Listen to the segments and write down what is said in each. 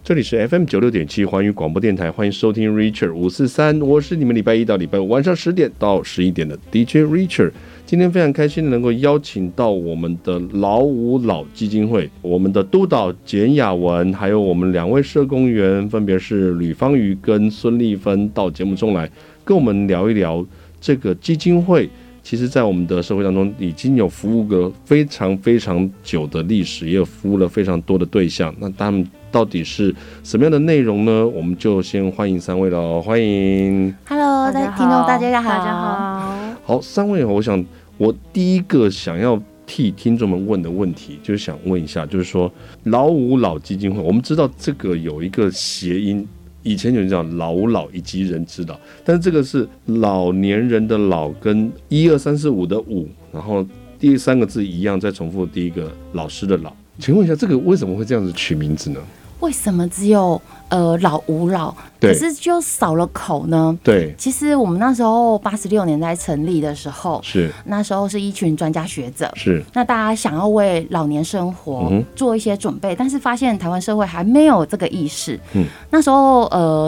这里是 FM96.7 环宇广播电台，欢迎收听 Richard 543，我是你们礼拜一到礼拜五晚上10点到11点的 DJ Richard。今天非常开心的能够邀请到我们的老吾老基金会，我们的督导简雅文，还有我们2位社工员，分别是吕芳瑜跟孙丽芬，到节目中来跟我们聊一聊这个基金会。其实在我们的社会当中已经有服务个非常非常久的历史，也有服务了非常多的对象，那他们到底是什么样的内容呢？我们就先欢迎3位了，欢迎 Hello， 听众大家好， 大家好。 好，3位，我想我第一个想要替听众们问的问题，就是想问一下，就是说老吾老基金会，我们知道这个有一个谐音，以前有人讲老吾老以及人之老，但是这个是老年人的老跟1、2、3、4、5的5，然后第3个字一样，再重复第一个老师的老。请问一下，这个为什么会这样子取名字呢？ 为什么只有老吾老，可是就少了口呢？ 对， 其实我们那时候86年在成立的时候， 是那时候是一群专家学者， 是那大家想要为老年生活做一些准备，但是发现台湾社会还没有这个意识。那时候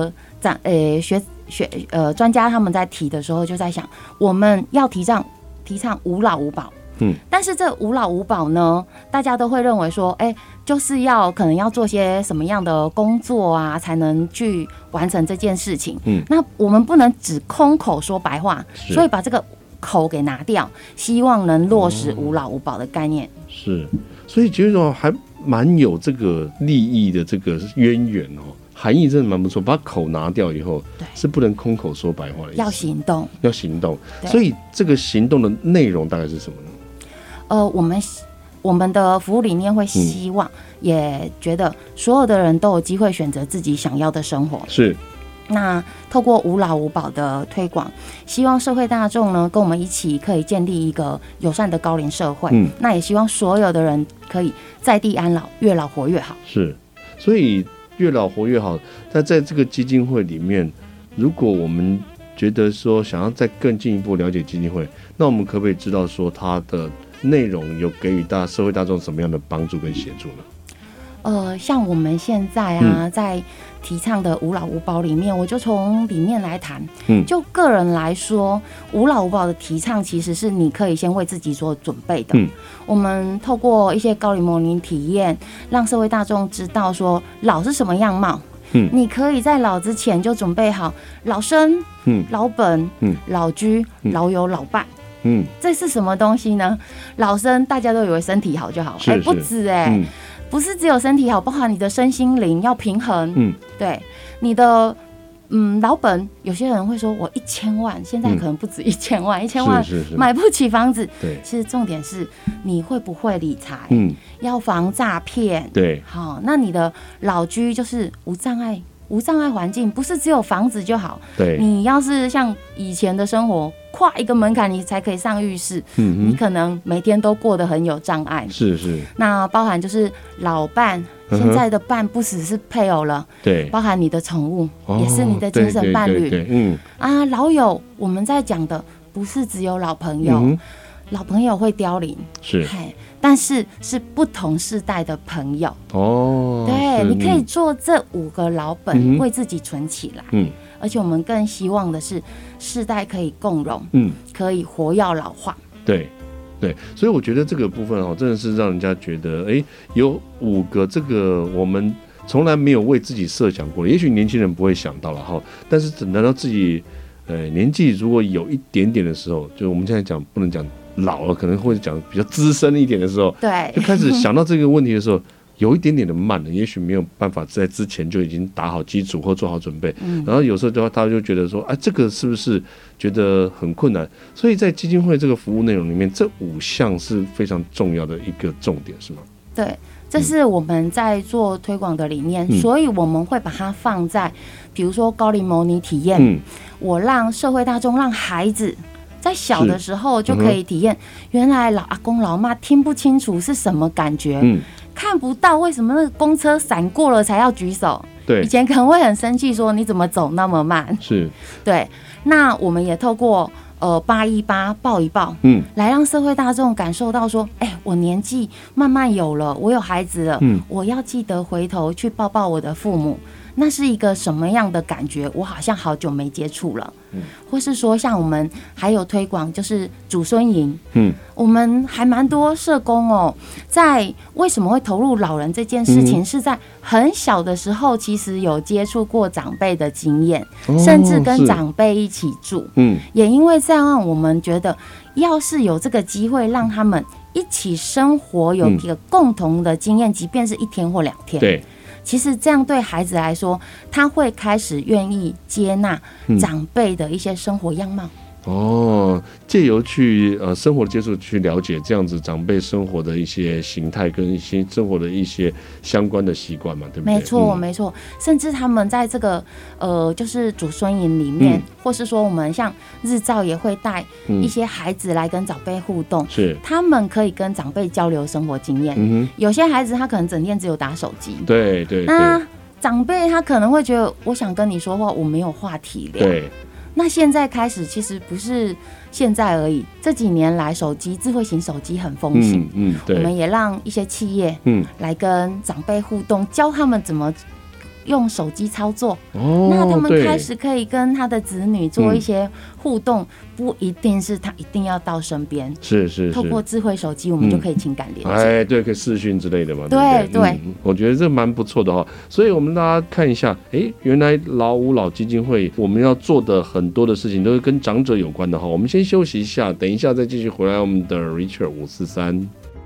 专家他们在提的时候，就在想我们要提倡无老无保。但是这无老无保呢，大家都会认为说，就是可能要做些什么样的工作啊，才能去完成这件事情。那我们不能只空口说白话，所以把这个口给拿掉，希望能落实无老无保的概念。 是，所以其实说还蛮有这个利益的这个渊源哦。含义真的蛮不错，把口拿掉以后，是不能空口说白话的意思， 要行动， 要行动。所以这个行动的内容大概是什么呢？ 我们的服务理念会希望，也觉得所有的人都有机会选择自己想要的生活。 是。 那透过无老无保的推广，希望社会大众呢跟我们一起可以建立一个友善的高龄社会。那也希望所有的人可以在地安老，越老活越好。 是，所以越老活越好。但在这个基金会里面，如果我们觉得说想要再更进一步了解基金会，那我们可不可以知道说它的内容有给予社会大众什么样的帮助跟协助呢？ 像我们现在啊，在提倡的无老无保里面，我就从里面来谈。就个人来说，无老无保的提倡其实是你可以先为自己做准备的。我们透过一些高龄模拟体验，让社会大众知道说老是什么样貌。你可以在老之前就准备好老生、老本、老居、老友、老伴。这是什么东西呢？老生大家都以为身体好就好，不止不是只有身体好，包含你的身心灵要平衡。对，你的老本，有些人会说我1000万，现在可能不止1000万，1000万买不起房子。对，其实重点是你会不会理财，要防诈骗。对，好，那你的老居就是无障碍环境，不是只有房子就好。对，你要是像以前的生活，跨一个门槛你才可以上浴室，你可能每天都过得很有障碍。是。那包含就是老伴，现在的伴不只是配偶了，对，包含你的宠物，也是你的精神伴侣。老友，我们在讲的不是只有老朋友，老朋友会凋零，是。但是不同世代的朋友对，你可以做这5个老本，为自己存起来。而且我们更希望的是世代可以共荣，可以活跃老化。对，所以我觉得这个部分真的是让人家觉得，有5个这个我们从来没有为自己设想过，也许年轻人不会想到了哈，但是等到自己年纪如果有一点点的时候，就我们现在讲不能讲老了，可能会讲比较资深一点的时候，对，就开始想到这个问题的时候，有一点点的慢了，也许没有办法在之前就已经打好基础或做好准备，然后有时候他就觉得说，这个是不是觉得很困难？所以在基金会这个服务内容里面，这5项是非常重要的一个重点，是吗？对，这是我们在做推广的理念，所以我们会把它放在，比如说高龄模拟体验，我让社会大众，让孩子在小的时候就可以体验，原来老阿公老妈听不清楚是什么感觉，看不到为什么那个公车闪过了才要举手。对，以前可能会很生气说你怎么走那么慢。是，对。那我们也透过 818抱一抱，来让社会大众感受到说，我年纪慢慢有了，我有孩子了，我要记得回头去抱抱我的父母。那是一个什么样的感觉？我好像好久没接触了，或是说像我们还有推广就是祖孙营，我们还蛮多社工在为什么会投入老人这件事情，是在很小的时候其实有接触过长辈的经验，甚至跟长辈一起住，也因为这样，我们觉得要是有这个机会让他们一起生活，有一个共同的经验，即便是1天或2天， 对。 其实这样对孩子来说，他会开始愿意接纳长辈的一些生活样貌。 借由去生活的接触去了解这样子长辈生活的一些形态跟一些生活的一些相关的习惯嘛，对不对？ 没错，没错。甚至他们在这个就是祖孙营里面，或是说我们像日照也会带一些孩子来跟长辈互动， 是他们可以跟长辈交流生活经验。有些孩子他可能整天只有打手机， 对。 那长辈他可能会觉得，我想跟你说话，我没有话题聊。 对。 那现在开始，其实不是现在而已，这几年来，智慧型手机很风行。我们也让一些企业来跟长辈互动，教他们怎么用手机操作。那他们开始可以跟他的子女做一些互动，不一定是他一定要到身边， 是透过智慧手机，我们就可以情感连接。 对，可以视讯之类的嘛。 对， 我觉得这蛮不错的哈。所以我们大家看一下，原来老吾老基金会我们要做的很多的事情都是跟长者有关的哈。我们先休息一下，等一下再继续回来我们的 Richard 543。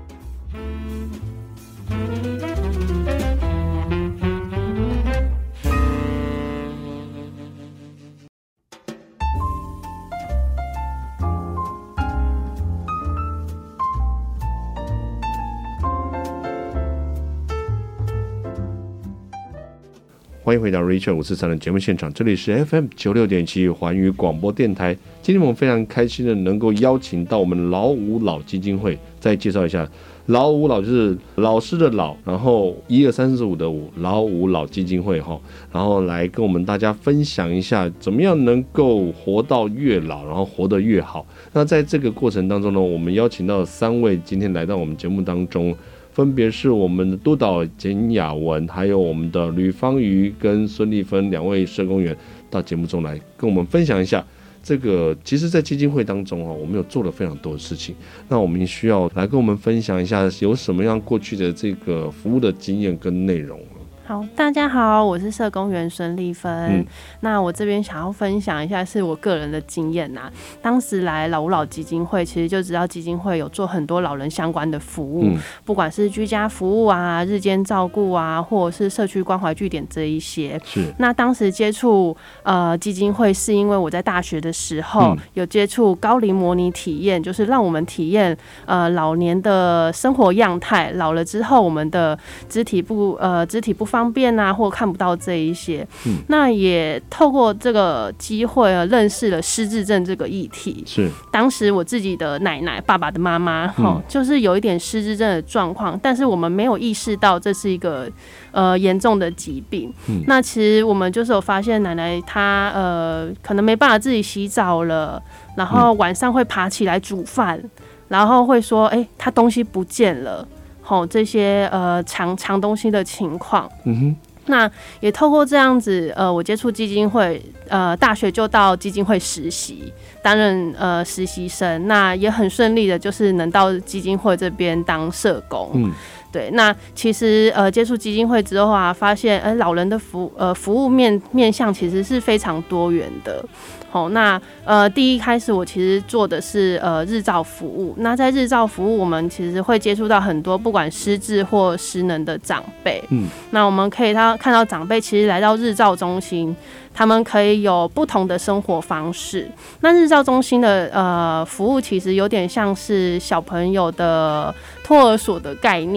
欢迎回到 Richard 543的节目现场，这里是 FM 96.7环宇广播电台。今天我们非常开心的能够邀请到我们老吾老基金会，再介绍一下，老吾老就是老师的老，然后1、2、3、4、5的5，老吾老基金会哈，然后来跟我们大家分享一下怎么样能够活到越老，然后活得越好。那在这个过程当中呢，我们邀请到3位今天来到我们节目当中。分别是我们的督导简雅文，还有我们的吕芳瑜跟孙丽芬2位社工员到节目中来跟我们分享一下这个。其实在基金会当中我们有做了非常多的事情，那我们需要来跟我们分享一下有什么样过去的这个服务的经验跟内容。 好，大家好，我是社工员孙丽芬。那我这边想要分享一下是我个人的经验呐。当时来老吾老基金会，其实就知道基金会有做很多老人相关的服务，不管是居家服务啊、日间照顾啊，或者是社区关怀据点这一些。那当时接触基金会，是因为我在大学的时候有接触高龄模拟体验，就是让我们体验老年的生活样态，老了之后我们的肢体不方便啊，或看不到这一些。那也透过这个机会认识了失智症这个议题。是，当时我自己的奶奶、爸爸的妈妈，就是有一点失智症的状况，但是我们没有意识到这是一个严重的疾病。那其实我们就是有发现奶奶她可能没办法自己洗澡了，然后晚上会爬起来煮饭，然后会说她东西不见了。这些藏东西的情况。那也透过这样子，我接触基金会，大学就到基金会实习，担任实习生。那也很顺利的，就是能到基金会这边当社工。对，那其实接触基金会之后啊，发现老人的服务面向其实是非常多元的。那第一开始我其实做的是日照服务。那在日照服务，我们其实会接触到很多不管失智或失能的长辈。那我们可以看到长辈其实来到日照中心，他们可以有不同的生活方式。那日照中心的服务其实有点像是小朋友的托儿所的概念。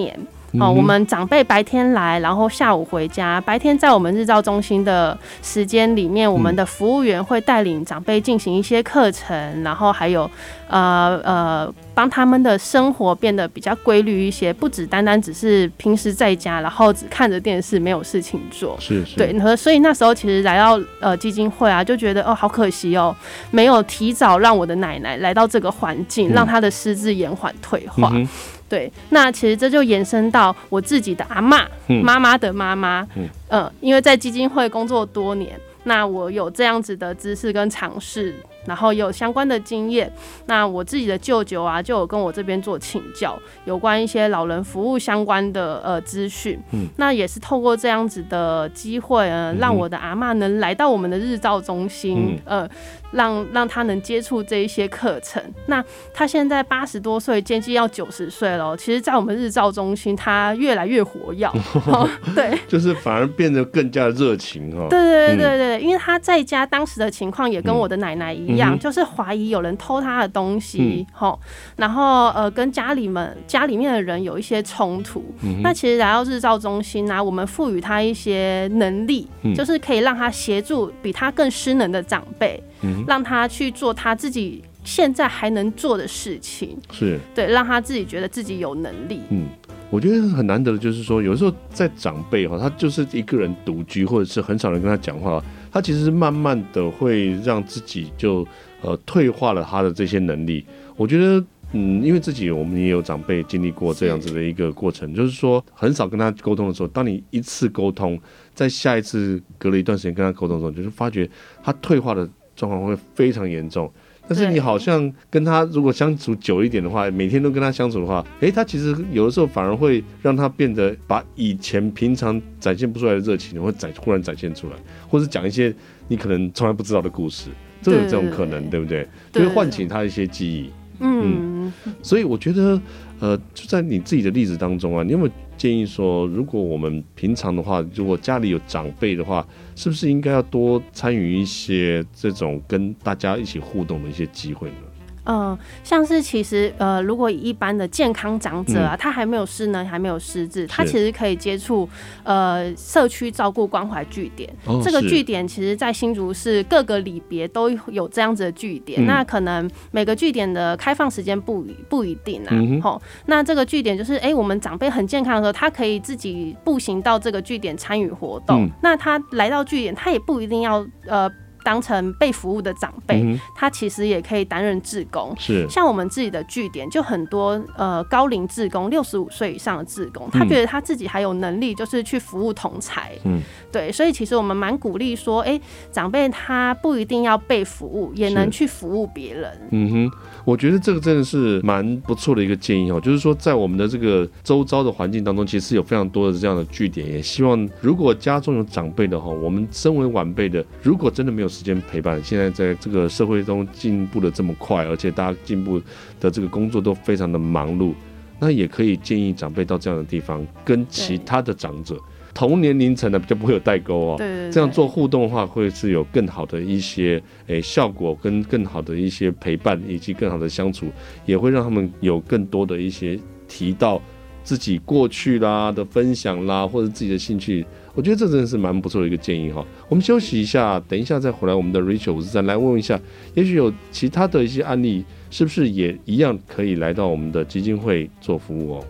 我们长辈白天来，然后下午回家。白天在我们日照中心的时间里面，我们的服务员会带领长辈进行一些课程，然后还有帮他们的生活变得比较规律一些，不只单单只是平时在家，然后只看着电视没有事情做。 是对，所以那时候其实来到基金会啊，就觉得好可惜哦，没有提早让我的奶奶来到这个环境，让她的失智延缓退化。对，那其实这就延伸到我自己的阿嬷，妈妈的妈妈，因为在基金会工作多年，那我有这样子的知识跟尝试，然后有相关的经验。那我自己的舅舅啊，就有跟我这边做请教，有关一些老人服务相关的资讯。那也是透过这样子的机会，让我的阿嬷能来到我们的日照中心，让他能接触这一些课程。那他现在80多岁，接近要90岁了。其实，在我们日照中心，他越来越活跃。对， 就是反而变得更加热情哈。 对，因为他在家当时的情况也跟我的奶奶一样，就是怀疑有人偷他的东西，然后跟家里面的人有一些冲突。那其实来到日照中心啊，我们赋予他一些能力，就是可以让他协助比他更失能的长辈。让他去做他自己现在还能做的事情，是对，让他自己觉得自己有能力。 我觉得很难得的就是说，有时候在长辈他就是一个人独居，或者是很少人跟他讲话，他其实是慢慢的会让自己就退化了他的这些能力。我觉得因为我们也有长辈经历过这样子的一个过程，就是说很少跟他沟通的时候，当你一次沟通，在下一次隔了一段时间跟他沟通的时候，就是发觉他退化的状况会非常严重。但是你好像跟他如果相处久一点的话，每天都跟他相处的话，他其实有的时候反而会让他变得把以前平常展现不出来的热情会忽然展现出来，或是讲一些你可能从来不知道的故事，都有这种可能，对不对？就会唤起他一些记忆。所以我觉得就在你自己的例子当中啊，你有没有建议说，如果我们平常的话，如果家里有长辈的话，是不是应该要多参与一些这种跟大家一起互动的一些机会呢？ 像是其实如果以一般的健康长者啊，他还没有失能，还没有失智，他其实可以接触社区照顾关怀据点。这个据点其实在新竹市各个里别都有这样子的据点，那可能每个据点的开放时间不一定啊。那这个据点就是我们长辈很健康的时候，他可以自己步行到这个据点参与活动。那他来到据点，他也不一定要当成被服务的长辈，他其实也可以担任志工。是，像我们自己的据点就很多高龄志工，65岁以上的志工，他觉得他自己还有能力，就是去服务同侪。对，所以其实我们蛮鼓励说，长辈他不一定要被服务，也能去服务别人。 我觉得这个真的是蛮不错的一个建议就是说在我们的这个周遭的环境当中，其实有非常多的这样的据点，也希望如果家中有长辈的我们身为晚辈的，如果真的没有时间陪伴，现在在这个社会中进步的这么快，而且大家进步的这个工作都非常的忙碌，那也可以建议长辈到这样的地方，跟其他的长者同年龄层的比较不会有代沟对，这样做互动的话，会是有更好的一些效果，跟更好的一些陪伴，以及更好的相处，也会让他们有更多的一些提到自己过去啦的分享啦，或者自己的兴趣。我觉得这真的是蛮不错的一个建议我们休息一下，等一下再回来我们的 Rachel 53来问一下，也许有其他的一些案例，是不是也一样可以来到我们的基金会做服务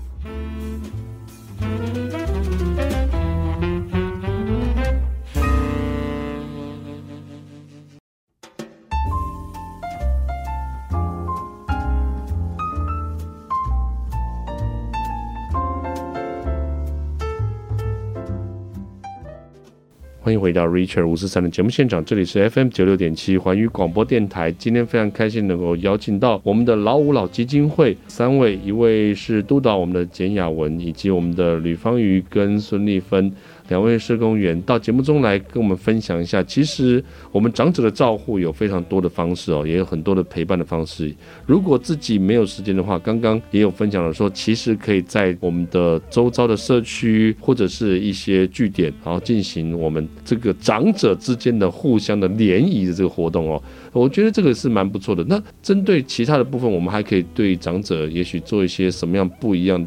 欢迎回到 Richard 543的节目现场，这里是 FM 96.7环宇广播电台。今天非常开心能够邀请到我们的老五老基金会3位，一位是督导我们的简雅文，以及我们的吕芳瑜跟孙丽芬2位社工员到节目中来跟我们分享一下。其实我们长者的照护有非常多的方式也有很多的陪伴的方式。如果自己没有时间的话，刚刚也有分享了说，其实可以在我们的周遭的社区或者是一些据点，然后进行我们这个长者之间的互相的联谊的这个活动我觉得这个是蛮不错的。那针对其他的部分，我们还可以对长者也许做一些什么样不一样的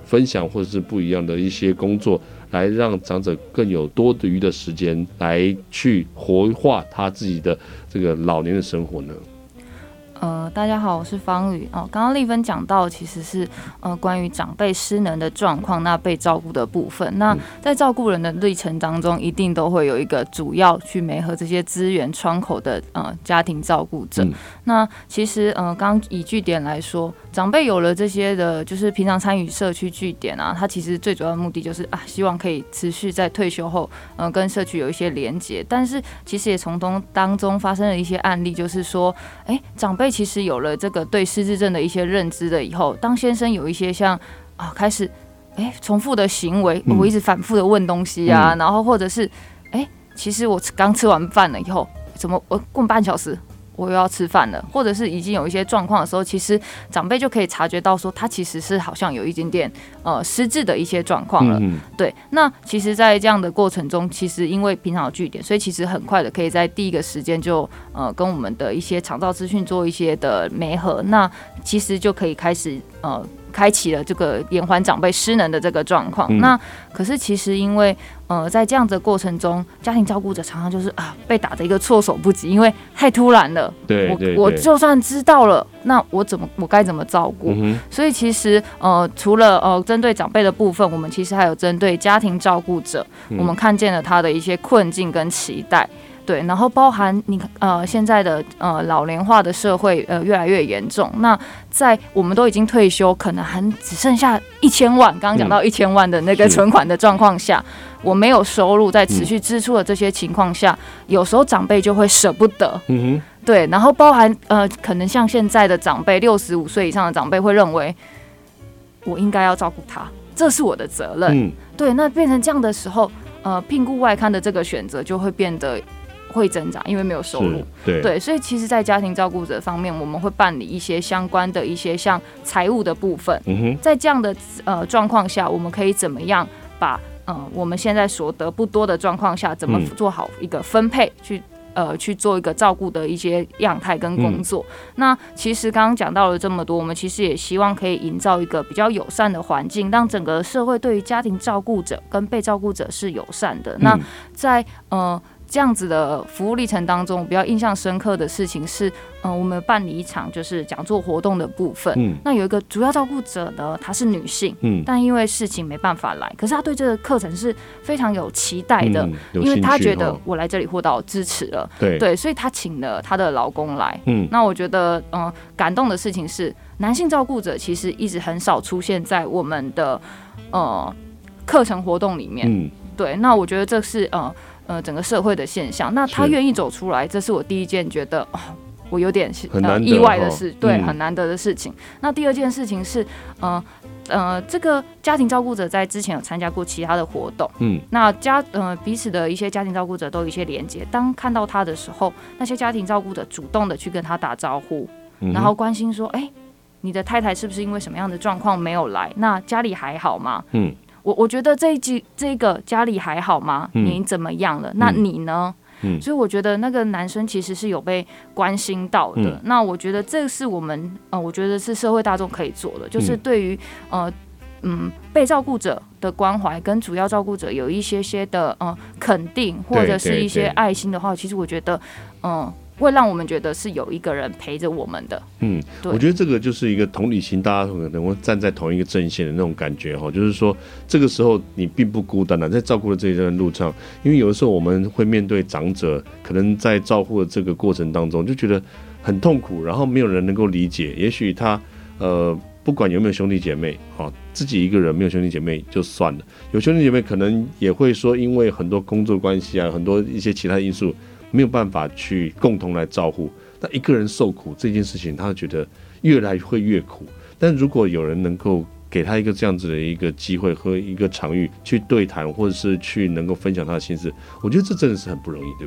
分享或者是不一样的一些工作，来让长者更有多余的时间来去活化他自己的这个老年的生活呢？ 大家好，我是方宇哦。刚刚丽芬讲到，其实是关于长辈失能的状况，那被照顾的部分。那在照顾人的历程当中，一定都会有一个主要去媒合这些资源窗口的家庭照顾者。那其实刚以据点来说，长辈有了这些的，就是平常参与社区据点啊，他其实最主要的目的就是希望可以持续在退休后跟社区有一些连结。但是其实也从当中发生了一些案例，就是说，长辈其实有了这个对失智症的一些认知了以后，当先生有一些像开始重复的行为，我一直反复的问东西啊，然后或者是其实我刚吃完饭了以后，怎么我过半小时我又要吃饭了，或者是已经有一些状况的时候，其实长辈就可以察觉到说，他其实是好像有一点点失智的一些状况了。对，那其实，在这样的过程中，其实因为平常有据点，所以其实很快的可以在第一个时间就跟我们的一些长照资讯做一些的媒合，那其实就可以开始开启了这个延缓长辈失能的这个状况。那可是其实因为在这样的过程中，家庭照顾者常常就是被打的一个措手不及，因为太突然了。 对， 我就算知道了，那我该怎么照顾？所以其实除了针对长辈的部分，我们其实还有针对家庭照顾者，我们看见了他的一些困境跟期待。对，然后包含现在的老龄化的社会越来越严重，那在我们都已经退休，可能只剩下1000万，刚刚讲到1000万的那个存款的状况下，我没有收入，在持续支出的这些情况下，有时候长辈就会舍不得。对，然后包含可能像现在的长辈65岁以上的长辈会认为，我应该要照顾他，这是我的责任。对，那变成这样的时候，聘雇外看的这个选择就会变得会挣扎，因为没有收入。对，所以其实在家庭照顾者方面，我们会办理一些相关的一些像财务的部分。在这样的状况下，我们可以怎么样把我们现在所得不多的状况下，怎么做好一个分配，去做一个照顾的一些样态跟工作。那其实刚刚讲到了这么多，我们其实也希望可以营造一个比较友善的环境，让整个社会对于家庭照顾者跟被照顾者是友善的。那在这样子的服务历程当中，比较印象深刻的事情是，我们办理一场就是讲座活动的部分。那有一个主要照顾者呢，她是女性，但因为事情没办法来，可是她对这个课程是非常有期待的，因为她觉得我来这里获到支持了，对，所以她请了她的老公来。那我觉得，感动的事情是，男性照顾者其实一直很少出现在我们的课程活动里面。对，那我觉得这是整个社会的现象。那他愿意走出来，这是我第一件觉得我有点意外的事，对，很难得的事情。那第二件事情是，这个家庭照顾者在之前有参加过其他的活动，那彼此的一些家庭照顾者都有一些连结。当看到他的时候，那些家庭照顾者主动的去跟他打招呼，然后关心说，你的太太是不是因为什么样的状况没有来？那家里还好吗？我觉得这个家里还好吗？你怎么样了？那你呢？所以我觉得那个男生其实是有被关心到的。那我觉得这是我们我觉得是社会大众可以做的，就是对于被照顾者的关怀跟主要照顾者有一些的肯定或者是一些爱心的话，其实我觉得会让我们觉得是有一个人陪着我们的。 我觉得这个就是一个同理心，大家可能会站在同一个阵线的那种感觉哈。就是说，这个时候你并不孤单在照顾的这一段路上，因为有的时候我们会面对长者，可能在照顾的这个过程当中就觉得很痛苦，然后没有人能够理解。也许他不管有没有兄弟姐妹，自己一个人没有兄弟姐妹就算了，有兄弟姐妹可能也会说，因为很多工作关系啊，很多一些其他因素，没有办法去共同来照顾。那一个人受苦这件事情，他觉得越来会越苦。但如果有人能够给他一个这样子的一个机会和一个场域去对谈，或者是去能够分享他的心事，我觉得这真的是很不容易，对不对？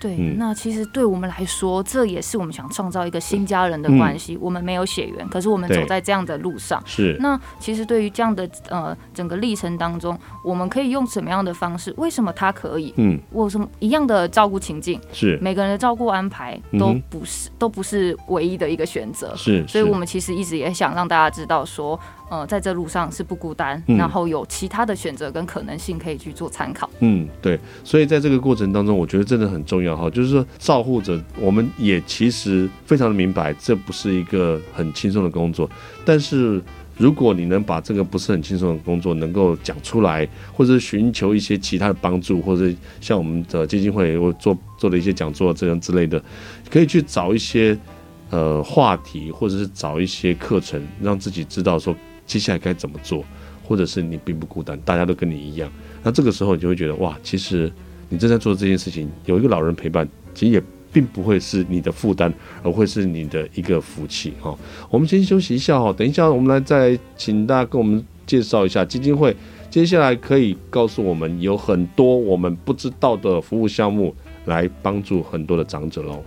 对，那其实对我们来说，这也是我们想创造一个新家人的关系。我们没有血缘，可是我们走在这样的路上。 是。 那其实对于这样的整个历程当中，我们可以用什么样的方式？为什么他可以？我有什么一样的照顾情境？ 是。 每个人的照顾安排都不是唯一的一个选择。 是。 所以我们其实一直也想让大家知道说，在这路上是不孤单，然后有其他的选择跟可能性可以去做参考。 对。所以在这个过程当中，我觉得真的很重要哈，就是说照护者，我们也其实非常的明白，这不是一个很轻松的工作。但是如果你能把这个不是很轻松的工作能够讲出来，或者寻求一些其他的帮助，或者像我们的基金会我做了一些讲座这样之类的，可以去找一些话题，或者是找一些课程，让自己知道说接下来该怎么做，或者是你并不孤单，大家都跟你一样。那这个时候你就会觉得哇，其实你正在做这件事情，有一个老人陪伴，其实也并不会是你的负担，而会是你的一个福气。我们先休息一下，等一下我们再请大家跟我们介绍一下基金会接下来可以告诉我们有很多我们不知道的服务项目，来帮助很多的长者咯。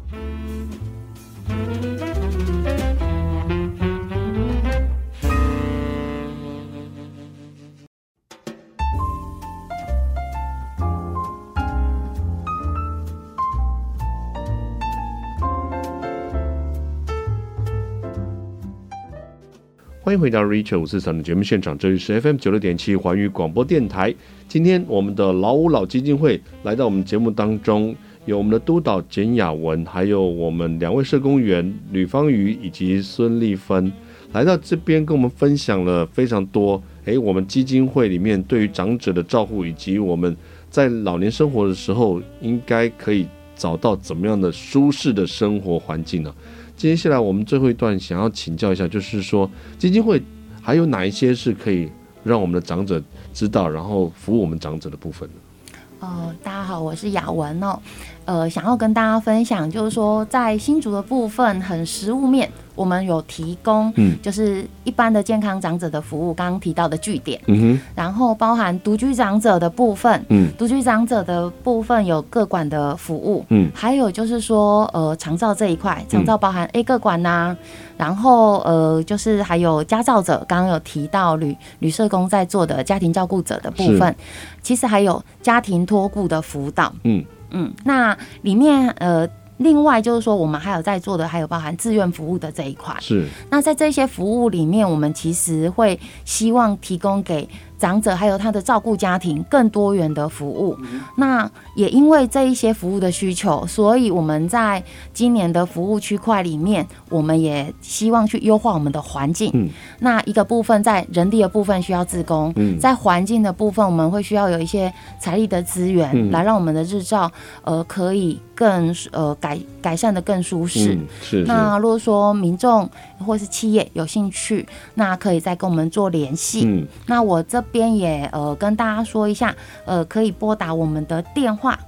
欢迎回到 Richard 543的节目现场，这里是 FM 96.7环宇广播电台。今天我们的老吾老基金会来到我们节目当中，有我们的督导简雅文，还有我们2位社工员吕芳瑜以及孙丽芬，来到这边跟我们分享了非常多我们基金会里面对于长者的照顾，以及我们在老年生活的时候应该可以找到怎么样的舒适的生活环境呢？接下来我们最后一段想要请教一下，就是说基金会还有哪一些是可以让我们的长者知道，然后服务我们长者的部分呢？ 大家好，我是雅文想要跟大家分享，就是说在新竹的部分，很实务面，我们有提供，就是一般的健康长者的服务，刚刚提到的据点，然后包含独居长者的部分，独居长者的部分有个管的服务，还有就是说长照这一块，长照包含 A 个管呐，然后就是还有家照者，刚刚有提到吕社工在做的家庭照顾者的部分，其实还有家庭托顾的辅导，那里面另外就是说，我们还有在做的，还有包含志愿服务的这一块。是。那在这些服务里面，我们其实会希望提供给长者还有他的照顾家庭更多元的服务。那也因为这一些服务的需求，所以我们在今年的服务区块里面，我们也希望去优化我们的环境。那一个部分在人力的部分需要志工，在环境的部分我们会需要有一些财力的资源，来让我们的日照可以更改善的更舒适。是。那如果说民众或是企业有兴趣，那可以再跟我们做联系。那我这边也跟大家说一下，可以拨打我们的电话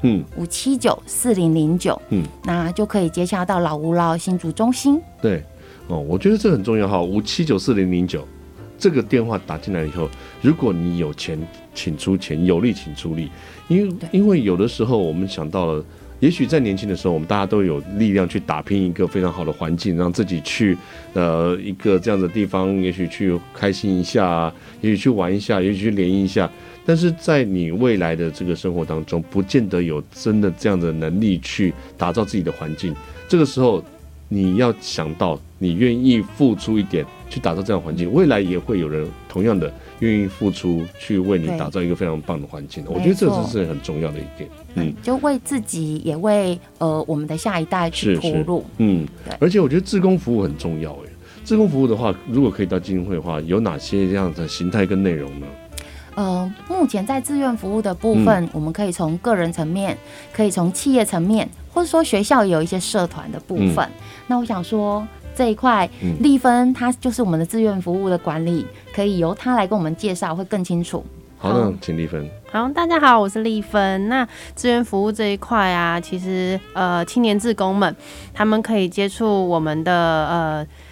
5794009，那就可以接洽到老吾老新竹中心。对， 我觉得这很重要哈，5794009这个电话打进来以后，如果你有钱请出钱，有力请出力，因为有的时候我们想到了。也许在年轻的时候，我们大家都有力量去打拼一个非常好的环境，让自己去一个这样的地方，也许去开心一下，也许去玩一下，也许去联谊一下。但是在你未来的这个生活当中，不见得有真的这样的能力去打造自己的环境。这个时候，你要想到你愿意付出一点去打造这样的环境，未来也会有人同样的愿意付出去为你打造一个非常棒的环境。我觉得这是很重要的一点。 就为自己也为我们的下一代去铺路。对。 而且我觉得志工服务很重要。志工服务的话，如果可以到基金会的话，有哪些这样的形态跟内容呢？ 目前在志愿服务的部分，我们可以从个人层面，可以从企业层面，或者说学校也有一些社团的部分。那我想说这一块，丽芬她就是我们的志愿服务的管理，可以由她来跟我们介绍，会更清楚。 好，那请丽芬。 好，大家好，我是丽芬。那志愿服务这一块啊，其实青年志工们他们可以接触我们的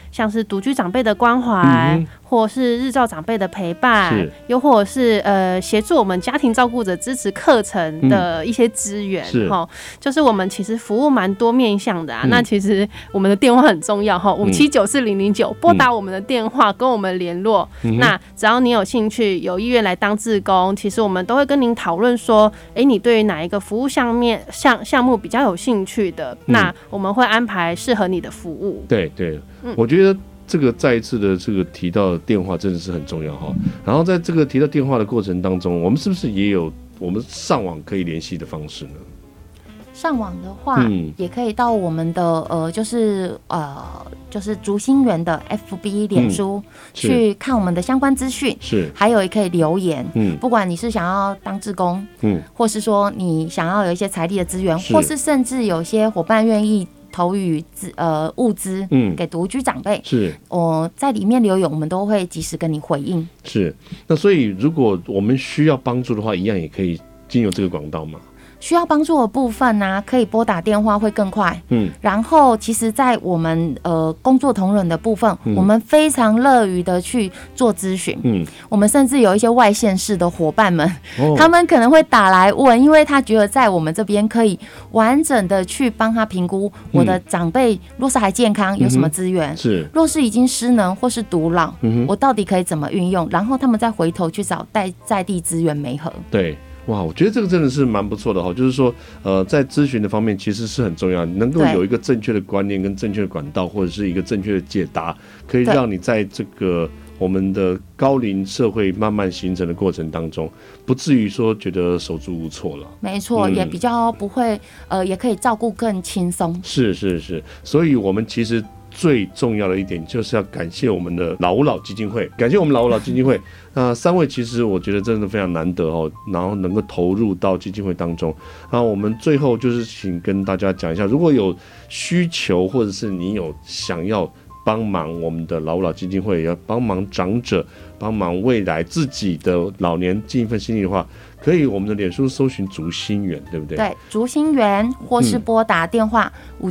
像是独居长辈的关怀，或是日照长辈的陪伴，又或者是协助我们家庭照顾者支持课程的一些资源，就是我们其实服务蛮多面向的啊。那其实我们的电话很重要，5794-009，拨打我们的电话跟我们联络。那只要你有兴趣、有意愿来当志工，其实我们都会跟您讨论说，你对于哪一个服务项目比较有兴趣的，那我们会安排适合你的服务。 对，我觉得这个再一次的这个提到的电话真的是很重要哈。然后在这个提到电话的过程当中，我们是不是也有我们上网可以联系的方式呢？ 上网的话，也可以到我们的就是竹心园的 FB 脸书去看我们的相关资讯，还有也可以留言，不管你是想要当志工，或是说你想要有一些财力的资源，或是甚至有些伙伴愿意投予物资给独居长辈，在里面留言，我们都会及时跟你回应。是， 那所以如果我们需要帮助的话，一样也可以经由这个管道吗？ 需要帮助的部分呢，可以拨打电话会更快。然后其实，在我们工作同仁的部分，我们非常乐于的去做咨询。我们甚至有一些外县市的伙伴们，他们可能会打来问，因为他觉得在我们这边可以完整的去帮他评估我的长辈若是还健康有什么资源，若是已经失能或是独老，我到底可以怎么运用？然后他们再回头去找在地资源媒合。 对。哇，我觉得这个真的是蛮不错的哈，就是说，在咨询的方面其实是很重要，能够有一个正确的观念跟正确的管道，或者是一个正确的解答，可以让你在这个我们的高龄社会慢慢形成的过程当中，不至于说觉得手足无措了。 没错，也比较不会，也可以照顾更轻松。 是，所以我们其实最重要的一点就是要感谢我们的老吾老基金会，感谢我们老吾老基金会。那3位其实我觉得真的非常难得哦，然后能够投入到基金会当中。那我们最后就是请跟大家讲一下，如果有需求或者是你有想要帮忙我们的老吾老基金会，要帮忙长者，帮忙未来自己的老年尽一份心力的话，可以我们的脸书搜寻竹心园，对不对？ 对，竹心园，或是拨打电话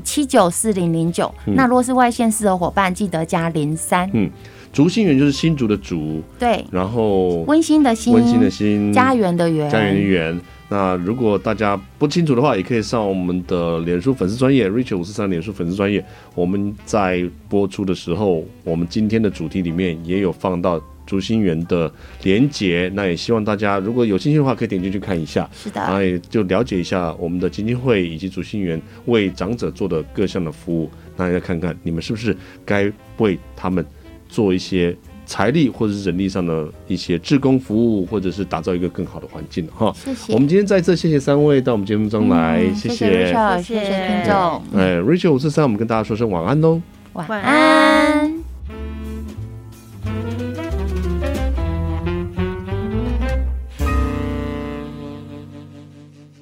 5794-009。那若是外县市的伙伴，记得加03。 竹心园就是新竹的竹， 对， 然后温馨的馨，家园的园，那如果大家不清楚的话，也可以上我们的脸书粉丝专页 Richard 543脸书粉丝专页，我们在播出的时候，我们今天的主题里面也有放到竹心园的连结，那也希望大家如果有兴趣的话，可以点进去看一下。是的，然后也就了解一下我们的基金会以及竹心园为长者做的各项的服务，那要看看你们是不是该为他们做一些财力或者是人力上的一些志工服务，或者是打造一个更好的环境哈。谢谢。我们今天再次谢谢3位到我们节目中来，谢谢 Richard， 谢谢听众。 Richard 543，我们跟大家说声晚安喽。 晚安。